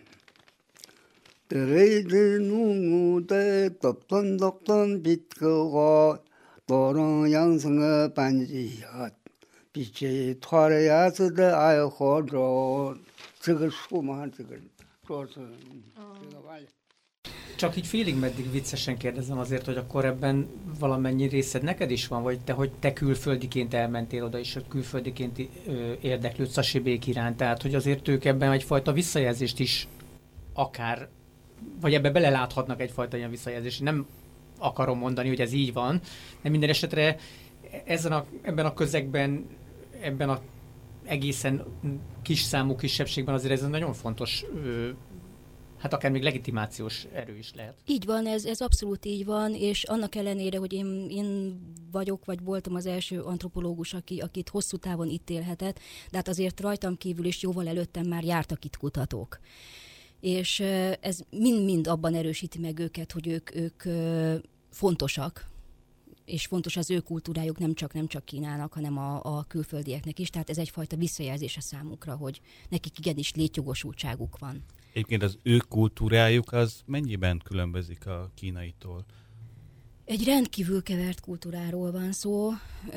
들이들 누구대 똑똑똑똑 빛거고 도롱 양성의 반지야 빛이 토라야스的爱好着这个书嘛，这个做是这个玩意。 Csak így félig meddig viccesen kérdezem azért, hogy akkor ebben valamennyi részed neked is van, vagy hogy te külföldiként elmentél oda, és külföldiként érdeklődsz a sibék iránt, tehát hogy azért ők ebben egyfajta visszajelzést is akár, vagy ebbe beleláthatnak egyfajta ilyen visszajelzést. Nem akarom mondani, hogy ez így van, de minden esetre ebben a közegben, ebben a egészen kis számú kisebbségben azért ez nagyon fontos, hát akár még legitimációs erő is lehet. Így van, ez abszolút így van, és annak ellenére, hogy én vagyok, vagy voltam az első antropológus, akit hosszú távon itt élhetett, de hát azért rajtam kívül is jóval előttem már jártak itt kutatók. És ez mind-mind abban erősíti meg őket, hogy ők fontosak, és fontos az ő kultúrájuk nem csak Kínának, hanem a külföldieknek is. Tehát ez egyfajta visszajelzés a számukra, hogy nekik igenis létjogosultságuk van. Egyébként az ő kultúrájuk az mennyiben különbözik a kínaitól? Egy rendkívül kevert kultúráról van szó.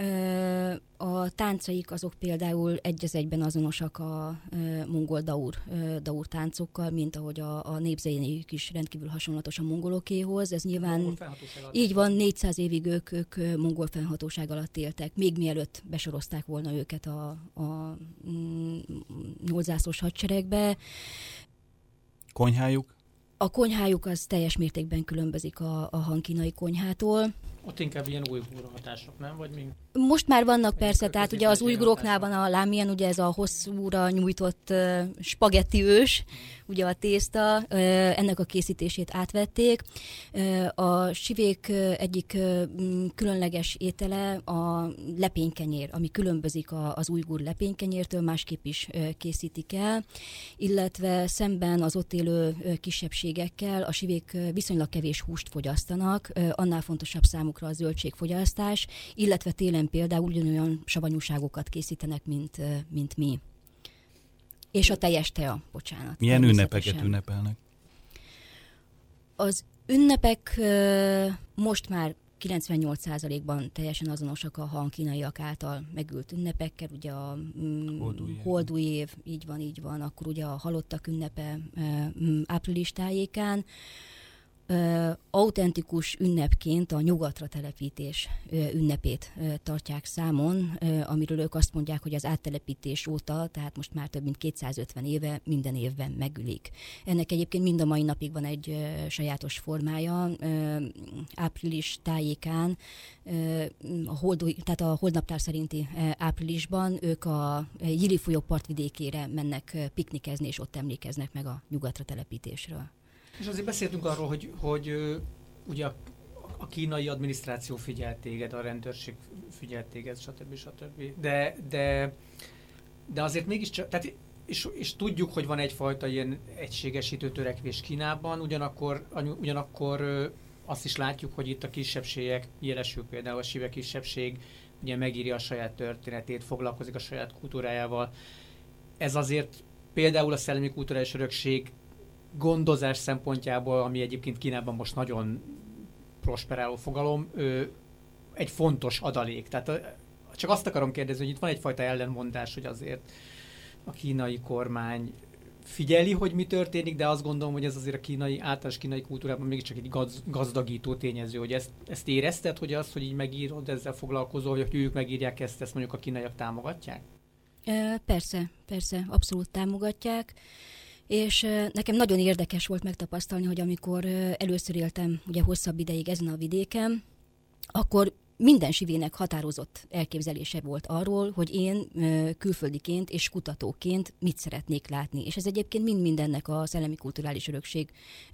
A táncaik azok például egy az egyben azonosak a mongol daur táncokkal, mint ahogy a népzenéjük is rendkívül hasonlatos a mongolokéhoz. Ez nyilván így van, 400 évig ők mongol fennhatóság alatt éltek, még mielőtt besorozták volna őket a nyolczászlós hadseregbe. Konyhájuk? A konyhájuk az teljes mértékben különbözik a hankínai konyhától. Ott inkább ilyen ujgur hatások, nem? Vagy mi? Most már vannak persze, tehát ugye az ujguroknál van a lámien, ugye ez a hosszúra nyújtott spagetti ős, ugye a tészta, ennek a készítését átvették. A sivék egyik különleges étele a lepénykenyér, ami különbözik az ujgur lepénykenyértől, másképp is készítik el, illetve szemben az ott élő kisebbségekkel a sivék viszonylag kevés húst fogyasztanak, annál fontosabb számukra a zöldségfogyasztás, illetve télen például ugyanolyan savanyúságokat készítenek, mint mi. És a teljes tea, bocsánat. Milyen ünnepeket ünnepelnek? Az ünnepek most már 98%-ban teljesen azonosak a hankínaiak által megült ünnepekkel, ugye a holdúj év, így van, akkor ugye a halottak ünnepe április tájékán. Autentikus ünnepként a nyugatra telepítés ünnepét tartják számon, amiről ők azt mondják, hogy az áttelepítés óta, tehát most már több mint 250 éve minden évben megülik. Ennek egyébként mind a mai napig van egy sajátos formája. Április tájékán, tehát a holdnaptár szerinti áprilisban ők a Jili folyó partvidékére mennek piknikezni, és ott emlékeznek meg a nyugatra telepítésről. És azért beszéltünk arról, hogy ugye a kínai adminisztráció figyelt téged, a rendőrség figyelt téged, stb. De azért mégiscsak, tehát és tudjuk, hogy van egyfajta ilyen egységesítő törekvés Kínában, ugyanakkor azt is látjuk, hogy itt a kisebbségek, jelesül például a sive kisebbség, ugye megírja a saját történetét, foglalkozik a saját kultúrájával. Ez azért például a szellemi kulturális örökség gondozás szempontjából, ami egyébként Kínában most nagyon prosperáló fogalom, egy fontos adalék. Tehát csak azt akarom kérdezni, hogy itt van egyfajta ellenmondás, hogy azért a kínai kormány figyeli, hogy mi történik, de azt gondolom, hogy ez azért a általános kínai kultúrában mégiscsak egy gazdagító tényező, hogy ezt érezted, hogy az, hogy így megírod, ezzel foglalkozol, hogy ők megírják ezt mondjuk a kínaiak támogatják? Persze, abszolút támogatják. És nekem nagyon érdekes volt megtapasztalni, hogy amikor először éltem ugye hosszabb ideig ezen a vidéken, akkor minden sivének határozott elképzelése volt arról, hogy én külföldiként és kutatóként mit szeretnék látni. És ez egyébként mind ennek a Szellemi Kulturális Örökség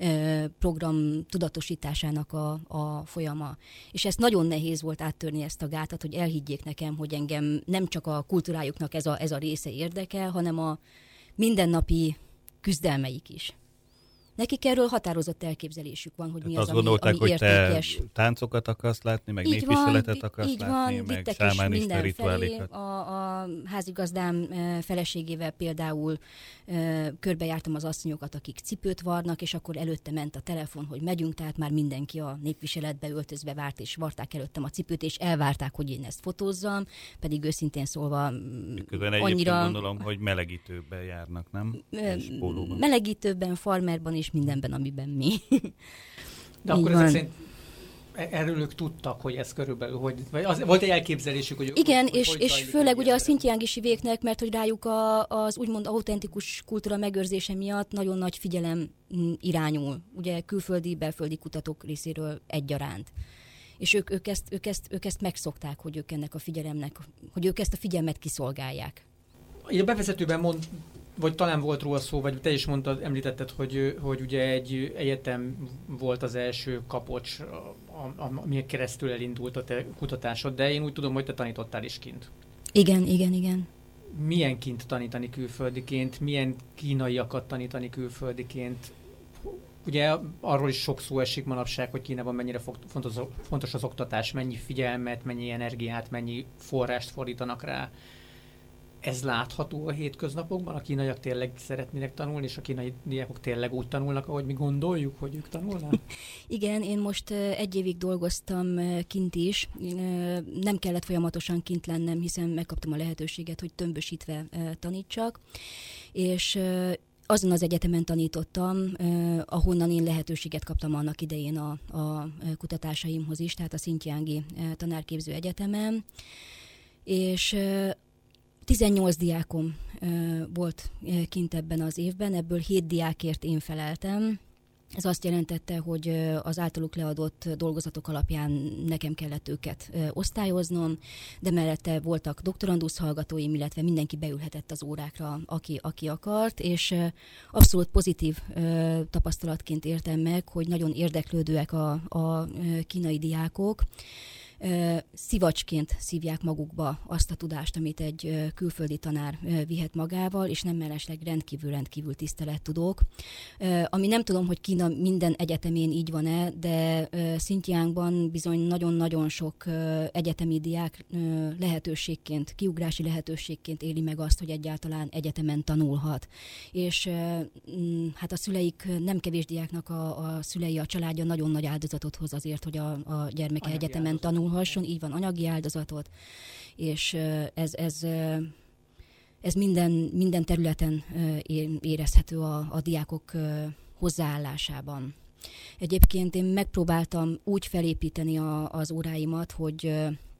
program tudatosításának a folyama. És ez nagyon nehéz volt áttörni ezt a gátat, hogy elhiggyék nekem, hogy engem nem csak a kultúrájuknak ez a része érdekel, hanem a mindennapi küzdelmeik is. Nekik erről határozott elképzelésük van, hogy mi az, ami értékes. Hogy te táncokat akarsz látni, meg népviseletet akarsz látni, meg sámánista rituálékat. A házigazdám feleségével például körbejártam az asszonyokat, akik cipőt varnak, és akkor előtte ment a telefon, hogy megyünk, tehát már mindenki a népviseletbe öltözve várt, és varták előttem a cipőt, és elvárták, hogy én ezt fotózzam, pedig őszintén szólva annyira... gondolom, hogy melegítőben járnak, nem? Melegítőben, farmerban és mindenben, amiben mi. De akkor ezek szerint erről ők tudtak, hogy ez körülbelül, volt egy elképzelésük, hogy... Igen, és főleg ugye a szintjángi sivéknek, mert hogy rájuk az úgymond autentikus kultúra megőrzése miatt nagyon nagy figyelem irányul, ugye külföldi, belföldi kutatók részéről egyaránt. És ők ezt megszokták, hogy ők ennek a figyelemnek, hogy ők ezt a figyelmet kiszolgálják. Így a bevezetőben vagy talán volt róla szó, vagy te is említetted, hogy ugye egy egyetem volt az első kapocs, ami keresztül elindult a te kutatásod, de én úgy tudom, hogy te tanítottál is kint. Igen. Milyen kint tanítani külföldiként, milyen kínaiakat tanítani külföldiként? Ugye arról is sok szó esik manapság, hogy Kínában mennyire fontos az oktatás, mennyi figyelmet, mennyi energiát, mennyi forrást fordítanak rá. Ez látható a hétköznapokban? A kínaiak tényleg szeretnének tanulni, és a kínai diákok tényleg úgy tanulnak, ahogy mi gondoljuk, hogy ők tanulnak? Igen, én most 1 évig dolgoztam kint is. Nem kellett folyamatosan kint lennem, hiszen megkaptam a lehetőséget, hogy tömbösítve tanítsak. És azon az egyetemen tanítottam, ahonnan én lehetőséget kaptam annak idején a kutatásaimhoz is, tehát a Szintjángi Tanárképző Egyetemen. És 18 diákom volt kint ebben az évben, ebből 7 diákért én feleltem. Ez azt jelentette, hogy az általuk leadott dolgozatok alapján nekem kellett őket osztályoznom, de mellette voltak doktorandusz hallgatóim, illetve mindenki beülhetett az órákra, aki akart, és abszolút pozitív tapasztalatként értem meg, hogy nagyon érdeklődőek a kínai diákok, szivacsként szívják magukba azt a tudást, amit egy külföldi tanár vihet magával, és nem mellesleg rendkívül tisztelettudók. Ami nem tudom, hogy Kína minden egyetemén így van-e, de Szintjánban bizony nagyon-nagyon sok egyetemi diák lehetőségként, kiugrási lehetőségként éli meg azt, hogy egyáltalán egyetemen tanulhat. És hát a szüleik, nem kevés diáknak a szülei, a családja nagyon nagy áldozatot hoz azért, hogy a gyermeke egyetemen tanulhasson, így van, anyagi áldozatot, és ez minden területen érezhető a diákok hozzáállásában. Egyébként én megpróbáltam úgy felépíteni az óráimat, hogy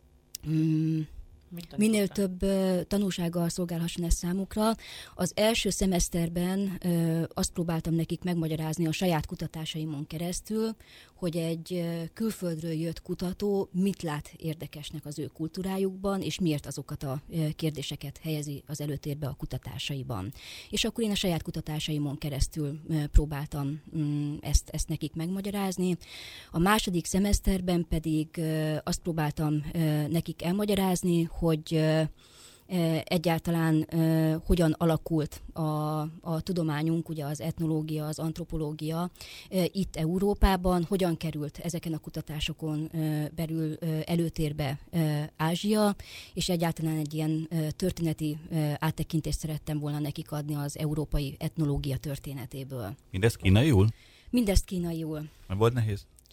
minél több tanulsággal szolgálhasson ez számukra. Az első szemeszterben azt próbáltam nekik megmagyarázni a saját kutatásaimon keresztül, hogy egy külföldről jött kutató mit lát érdekesnek az ő kultúrájukban, és miért azokat a kérdéseket helyezi az előtérbe a kutatásaiban. És akkor én a saját kutatásaimon keresztül próbáltam ezt nekik megmagyarázni. A második szemeszterben pedig azt próbáltam nekik elmagyarázni, hogy egyáltalán hogyan alakult a tudományunk, ugye az etnológia, az antropológia itt Európában, hogyan került ezeken a kutatásokon belül előtérbe Ázsia, és egyáltalán egy ilyen történeti áttekintést szerettem volna nekik adni az európai etnológia történetéből. Mindezt kínaiul? Mindezt kínaiul. Volt nehéz?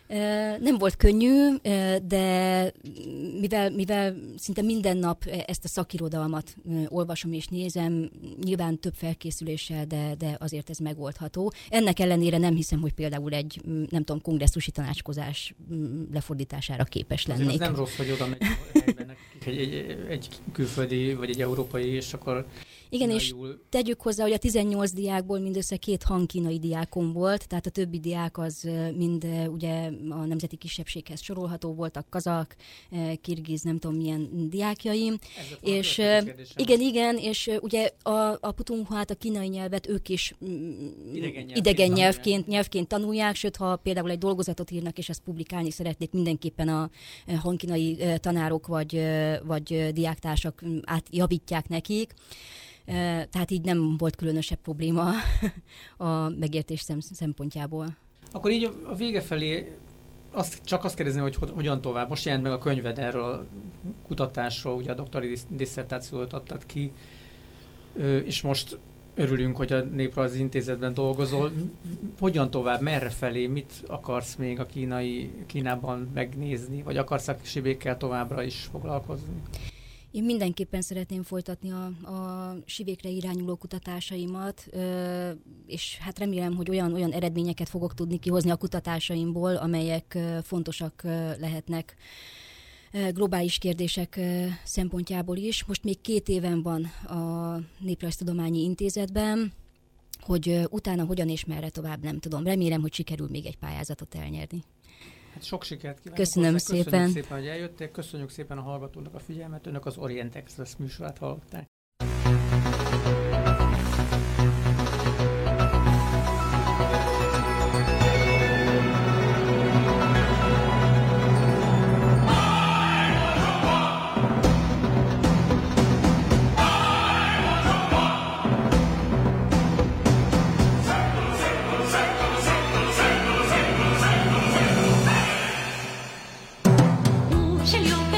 Nem volt könnyű, de mivel szinte minden nap ezt a szakirodalmat olvasom és nézem, nyilván több felkészüléssel, de azért ez megoldható. Ennek ellenére nem hiszem, hogy például egy, nem tudom, kongresszusi tanácskozás lefordítására képes lennék. Azért az nem rossz, hogy oda megy helyben egy külföldi vagy egy európai, és akkor... Igen, és tegyük hozzá, hogy a 18 diákból mindössze 2 hangkínai diákom volt, tehát a többi diák az mind ugye a nemzeti kisebbséghez sorolható voltak, kazak, kirgiz, nem tudom milyen diákjaim. És igen, és ugye a putunghát, a kínai nyelvet ők is idegen nyelvként tanulják, sőt, ha például egy dolgozatot írnak, és ezt publikálni szeretnék, mindenképpen a hangkínai tanárok vagy diáktársak átjavítják nekik. Tehát így nem volt különösebb probléma a megértés szempontjából. Akkor így a vége felé csak azt kérdezni, hogy hogyan tovább. Most jelent meg a könyved erről a kutatásról, ugye a doktori disszertációt adtad ki, és most örülünk, hogy a Néprajzi Intézetben dolgozol. Hogyan tovább, merre felé, mit akarsz még a Kínában megnézni, vagy akarsz a sibékkel továbbra is foglalkozni? Én mindenképpen szeretném folytatni a sivékre irányuló kutatásaimat, és hát remélem, hogy olyan eredményeket fogok tudni kihozni a kutatásaimból, amelyek fontosak lehetnek globális kérdések szempontjából is. Most még 2 éven van a Néprajztudományi Intézetben, hogy utána hogyan és merre tovább, nem tudom. Remélem, hogy sikerül még egy pályázatot elnyerni. Hát sok sikert kívánok. Köszönöm szépen, hogy eljöttek. Köszönjük szépen a hallgatónak a figyelmet. Önök az Orient Express műsorát hallották. Se liu pe